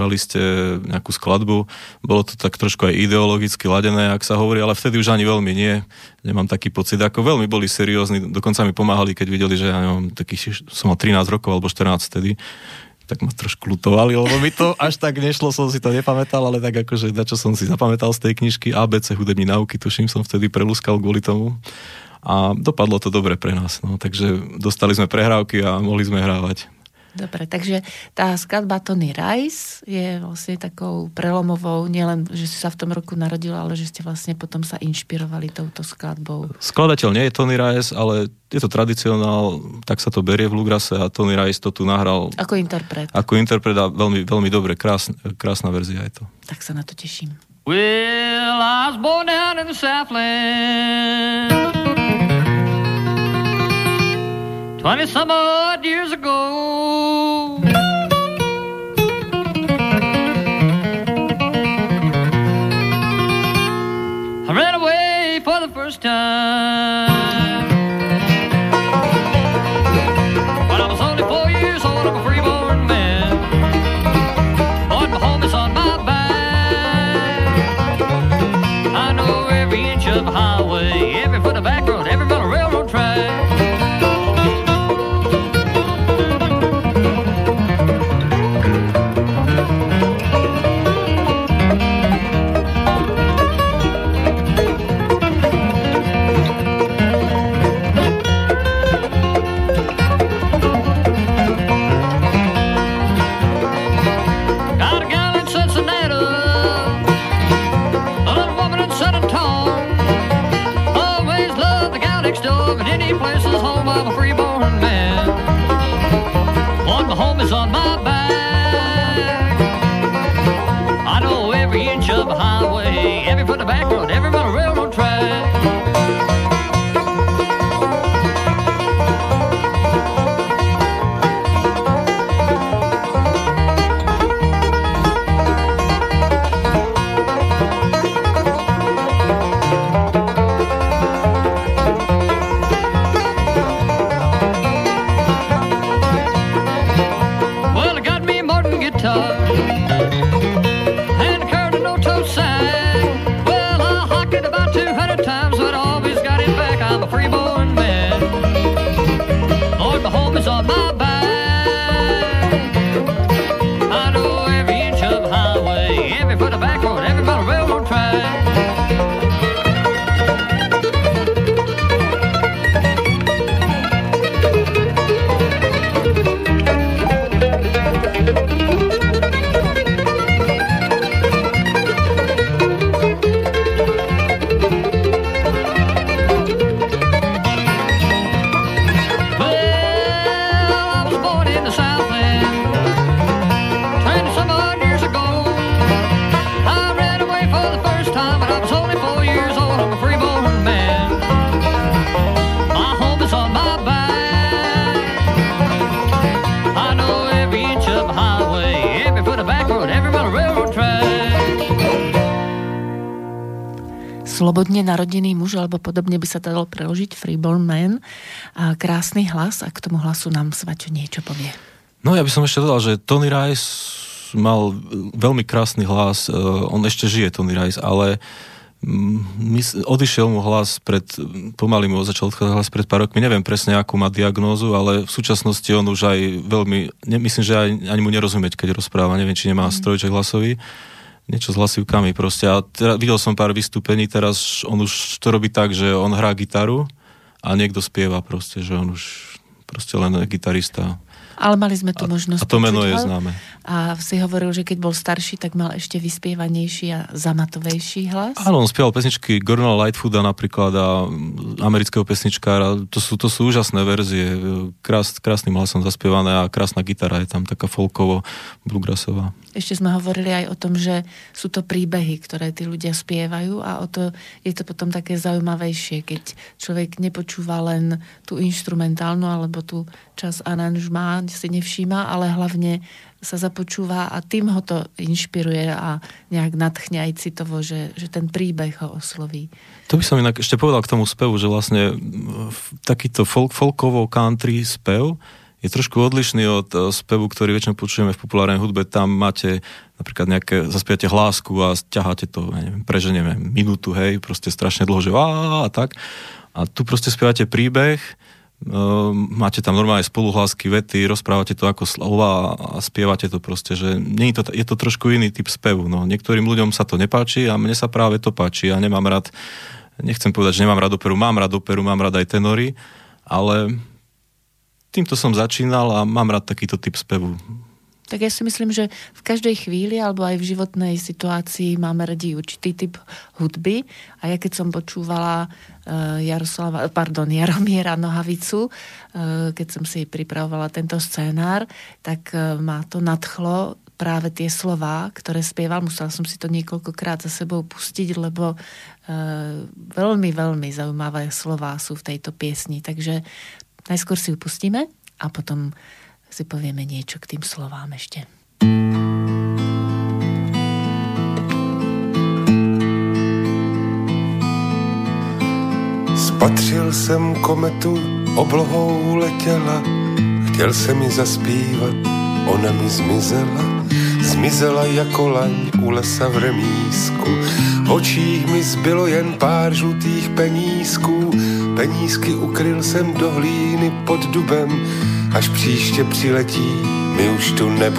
nejakú skladbu, bolo to tak trošku aj ideologicky ladené, ak sa hovorí, ale vtedy už ani veľmi nie, nemám taký pocit, ako veľmi boli seriózni, dokonca mi pomáhali, keď videli, že ja neviem, som mal 13 rokov alebo 14 vtedy, tak ma trošku lutovali, lebo mi to až tak nešlo, som si to nepamätal, ale tak akože na čo som si zapamätal z tej knižky ABC hudební náuky, tuším, som vtedy prelúskal kvôli tomu a dopadlo to dobre pre nás, no, takže dostali sme prehrávky a mohli sme hrávať. Dobre, takže tá skladba Tony Rice je vlastne takou prelomovou, nielen, že si sa v tom roku narodila, ale že ste vlastne potom sa inšpirovali touto skladbou. Skladateľ nie je Tony Rice, ale je to tradicionál, tak sa to berie v bluegrasse a Tony Rice to tu nahral. Ako interpret. Ako interpret a veľmi, veľmi dobre, krásna verzia je to. Tak sa na to teším. Well, I was born down in the Southland 20 some odd years ago. every inch of a highway, every foot of back road, every mile of railroad track. Slobodne narodený muž, alebo podobne by sa to dalo preložiť, Freeborn Man. A krásny hlas, a k tomu hlasu nám Svaťo niečo povie. No ja by som ešte dodal, že Tony Rice mal veľmi krásny hlas, on ešte žije, Tony Rice, ale odišiel mu hlas pomaly mu začal odchádzať hlas pred pár rokmi, neviem presne, akú má diagnózu, ale v súčasnosti on už aj veľmi, myslím, že ani mu nerozumieť, keď rozpráva, neviem, či nemá strojček hlasový, niečo s hlasivkami proste. A videl som pár vystúpení, teraz on už to robí tak, že on hrá gitaru a niekto spieva proste, že on už proste len gitarista. Ale mali sme tu možnosť. A to meno je známe. A si hovoril, že keď bol starší, tak mal ešte vyspievanejší a zamatovejší hlas? Áno, on spieval pesničky Gordona Lightfooda napríklad a amerického pesničkára. To sú úžasné verzie. Krásnym hlasom zaspievané a krásna gitara je tam taká folkovo, bluegrassová. Ešte sme hovorili aj o tom, že sú to príbehy, ktoré tí ľudia spievajú a je to potom také zaujímavejšie, keď človek nepočúva len tú inštrumentálnu alebo tú časť aranžmá, si nevšíma, ale hlavne sa započúva a tým ho to inšpiruje a nejak nadchne aj citovo, že ten príbeh ho osloví. To by som inak ešte povedal k tomu spevu, že vlastne takýto folkovo country spev je trošku odlišný od spevu, ktorý väčšinou počujeme v populárnej hudbe. Tam máte napríklad zaspievate hlásku a ťaháte to, neviem, preženieme minútu, hej, proste strašne dlho, že a tak. A tu proste spievate príbeh, máte tam normálne spoluhlásky, vety, rozprávate to ako slova a spievate to proste, že je to trošku iný typ spevu. No, niektorým ľuďom sa to nepáči a mne sa práve to páči. Ja nemám rád, nechcem povedať, že nemám rád operu, mám rád aj tenory, ale týmto som začínal a mám rád takýto typ spevu. Tak ja si myslím, že v každej chvíli alebo aj v životnej situácii máme radi určitý typ hudby a ja keď som počúvala Jaromiera Nohavicu, keď som si pripravovala tento scénár, tak ma to nadchlo práve tie slová, ktoré spieval. Musela som si to niekoľkokrát za sebou pustiť, lebo veľmi, veľmi zaujímavé slová sú v tejto piesni. Takže najskôr si ju pustíme a potom si povieme niečo k tým slovám ešte. Spatřil jsem kometu, oblohou letěla, chtěl jsem ji zaspívat, ona mi zmizela jako laň u lesa v remísku. V očích mi zbylo jen pár žlutých penízků, penízky ukryl jsem do hlíny pod dubem, až příště přiletí, my už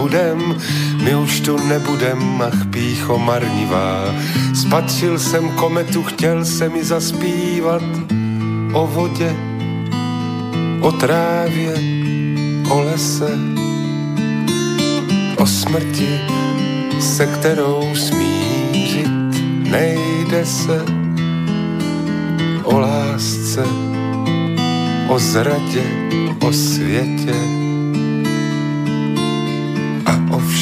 tu nebudem, ach pýcho marnivá. Spatřil jsem kometu, chtěl jsem ji zaspívat, o vodě, o trávě, o lese, o smrti, se kterou smířit nejde se, o lásce, o zradě, o světě a o všem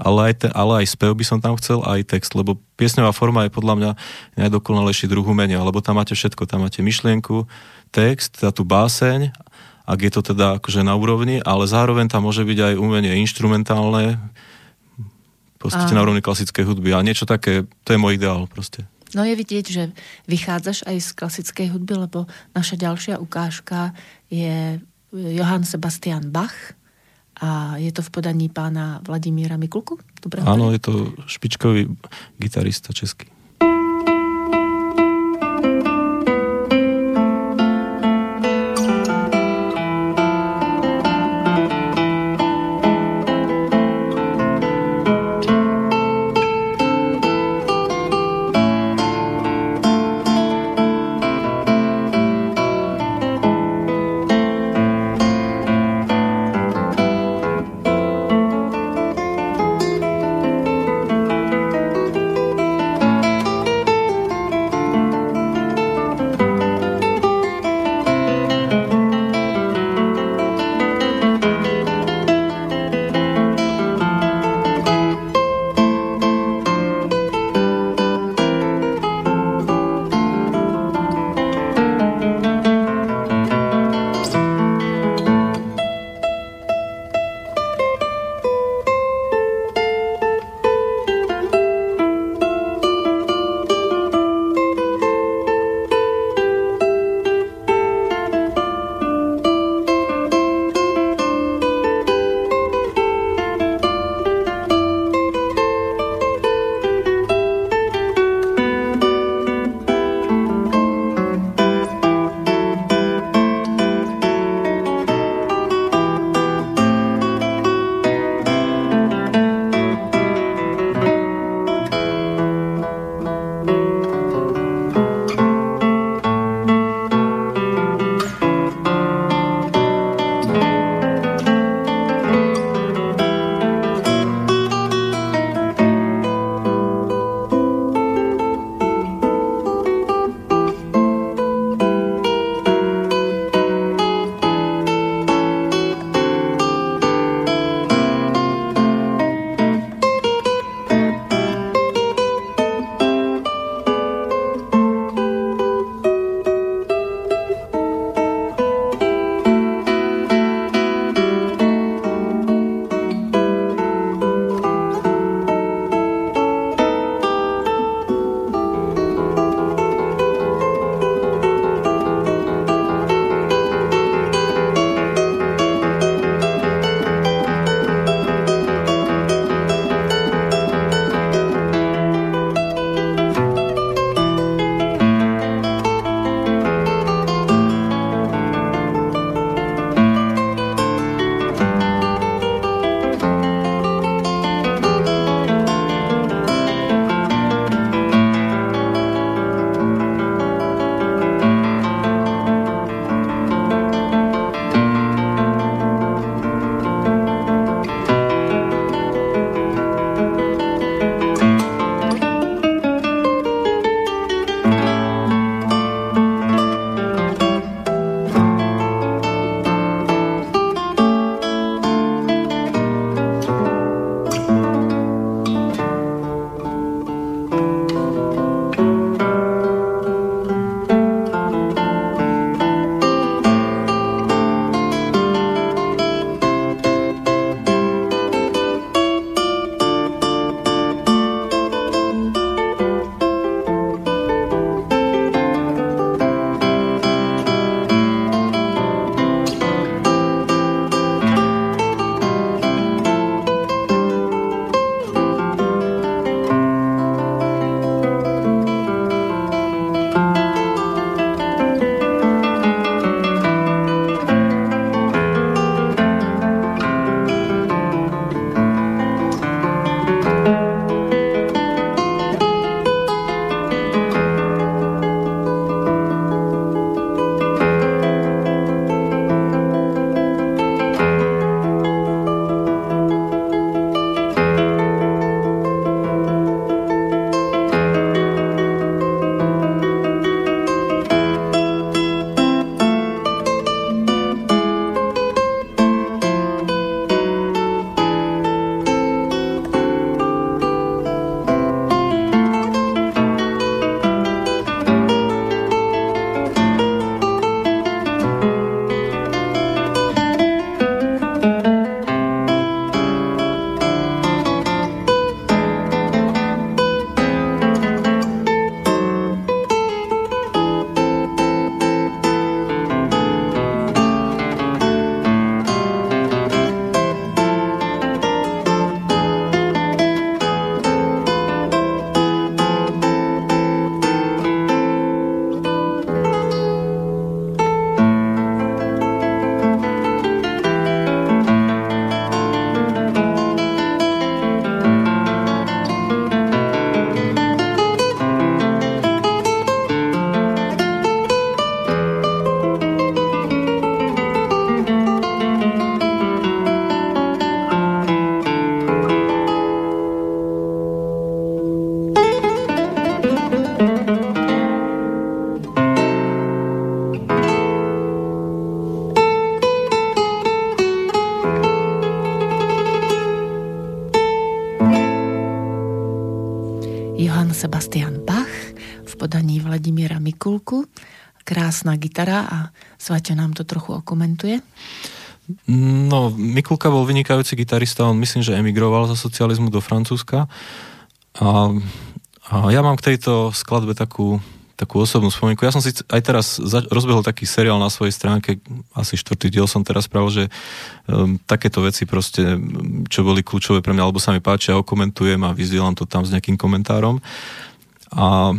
ale aj spev by som tam chcel, aj text, lebo piesňová forma je podľa mňa najdokonalejší druh umenia, lebo tam máte všetko, tam máte myšlienku, text, tú báseň, ak je to teda akože na úrovni, ale zároveň tam môže byť aj umenie inštrumentálne, proste na úrovni klasickej hudby a niečo také, to je môj ideál proste. No je vidieť, že vychádzaš aj z klasickej hudby, lebo naša ďalšia ukážka je Johann Sebastian Bach a je to v podaní pána Vladimíra Mikulku? Dobre, áno, je to špičkový gitarista český. Sebastian Bach v podaní Vladimíra Mikulku. Krásna gitara a Svaťo nám to trochu okomentuje. No, Mikulka bol vynikajúci gitarista, on myslím, že emigroval za socializmu do Francúzska a ja mám k tejto skladbe takú osobnú spomienku. Ja som si aj teraz rozbehol taký seriál na svojej stránke, asi 4. diel som teraz spravil, že takéto veci proste, čo boli kľúčové pre mňa, alebo sa mi páčia, okomentujem a vyzdielam to tam s nejakým komentárom. A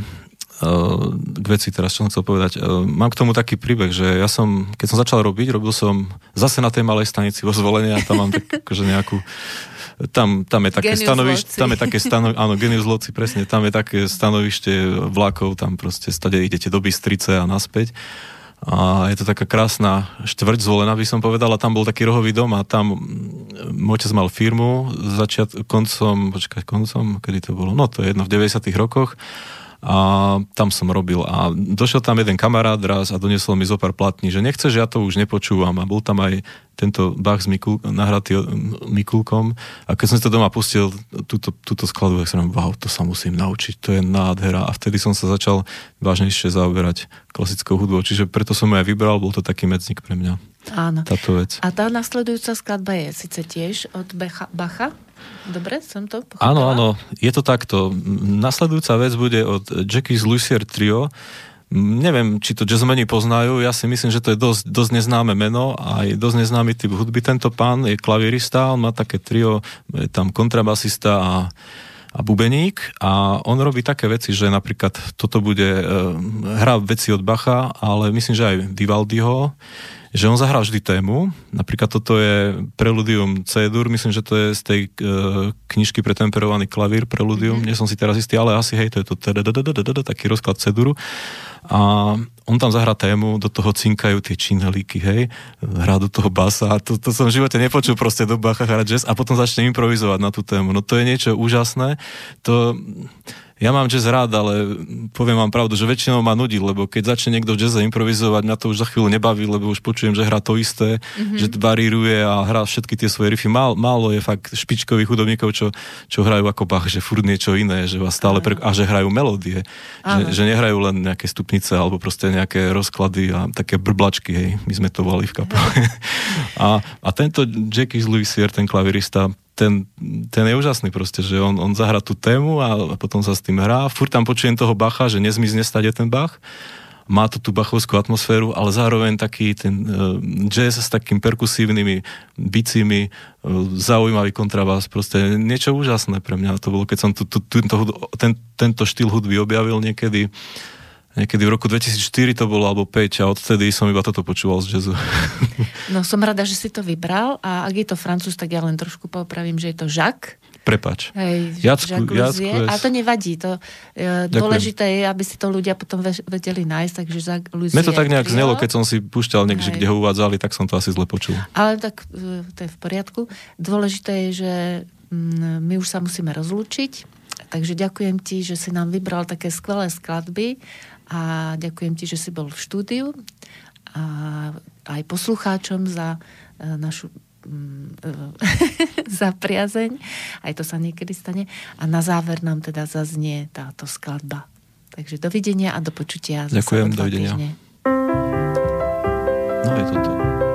k veci teraz, čo som chcel povedať. Mám k tomu taký príbeh, že ja som, keď som začal robil som zase na tej malej stanici vo Zvolenie a tam mám tak akože nejakú tam je také stanovište, áno, Genius Loci, presne, tam je také stanovište vlakov, tam proste stade idete do Bystrice a naspäť. A je to taká krásna štvrť Zvolená, by som povedal, a tam bol taký rohový dom a tam môj otec mal firmu koncom, kedy to bolo? No to je jedno, v 90. rokoch. A tam som robil a došiel tam jeden kamarát raz a doniesol mi zopár platní, že nechce, že ja to už nepočúvam a bol tam aj tento Bach nahratý Mikulkom a keď som si to doma pustil túto skladbu, tak som wow, to sa musím naučiť, to je nádhera a vtedy som sa začal vážnejšie zaoberať klasickou hudbou, čiže preto som ju aj vybral, bol to taký medzník pre mňa. Áno. Táto vec. A tá nasledujúca skladba je síce tiež od Bacha? Dobre, som to pochopila? Áno, je to takto. Nasledujúca vec bude od Jackie's Lucier Trio. Neviem, či to jazzmeni poznajú, ja si myslím, že to je dosť neznáme meno a je dosť neznámy typ hudby. Tento pán je klavírista, on má také trio, je tam kontrabasista a bubeník a on robí také veci, že napríklad toto bude hrá veci od Bacha, ale myslím, že aj Vivaldiho, že on zahrá vždy tému, napríklad toto je Preludium C-dur, myslím, že to je z tej knižky pre temperovaný klavír Preludium, nie som si teraz istý, ale asi hej, to je to taký rozklad C-duru a on tam zahrá tému, do toho cinkajú tie činelíky, hej, hrá do toho basa a to som v živote nepočul proste do Bacha hrať jazz a potom začne improvizovať na tú tému, no to je niečo úžasné, ja mám jazz rád, ale poviem vám pravdu, že väčšinou ma nudí, lebo keď začne niekto v jazze improvizovať, mňa to už za chvíľu nebaví, lebo už počujem, že hrá to isté, že varíruje a hrá všetky tie svoje riffy. Málo je fakt špičkových hudobníkov, čo hrajú ako Bach, že furt niečo iné, že vás stále a že hrajú melódie, že nehrajú len nejaké stupnice alebo proste nejaké rozklady a také brblačky, hej, my sme to volali v kapele. A tento Jackie Lucier, ten klavirista, ten je úžasný proste, že on zahrá tú tému a potom sa s tým hrá. Furt tam počujem toho Bacha, že nezmizne stade ten Bach. Má to tú bachovskú atmosféru, ale zároveň taký ten jazz s takým perkusívnymi bicími, zaujímavý kontrabás, proste niečo úžasné pre mňa. To bolo, keď som tento štýl hudby objavil niekedy v roku 2004 to bolo, alebo 5 a odtedy som iba toto počúval z jazzu. No som rada, že si to vybral a ak je to Francúz, tak ja len trošku popravím, že je to Jacques. Prepáč. Jacques Lusier. Ale to nevadí. Dôležité je, aby si to ľudia potom vedeli nájsť, takže Jacques Lusier. Mne to tak nejak znelo, keď som si púšťal niekde, kde ho uvádzali, tak som to asi zle počul. Ale tak to je v poriadku. Dôležité je, že my už sa musíme rozlúčiť, takže ďakujem ti, že si nám vybral také skvelé skladby a ďakujem ti, že si bol v štúdiu a aj poslucháčom za našu za priazeň. Aj to sa niekedy stane. A na záver nám teda zaznie táto skladba. Takže dovidenia a do počutia. Ďakujem, dovidenia. Týždne. No je to.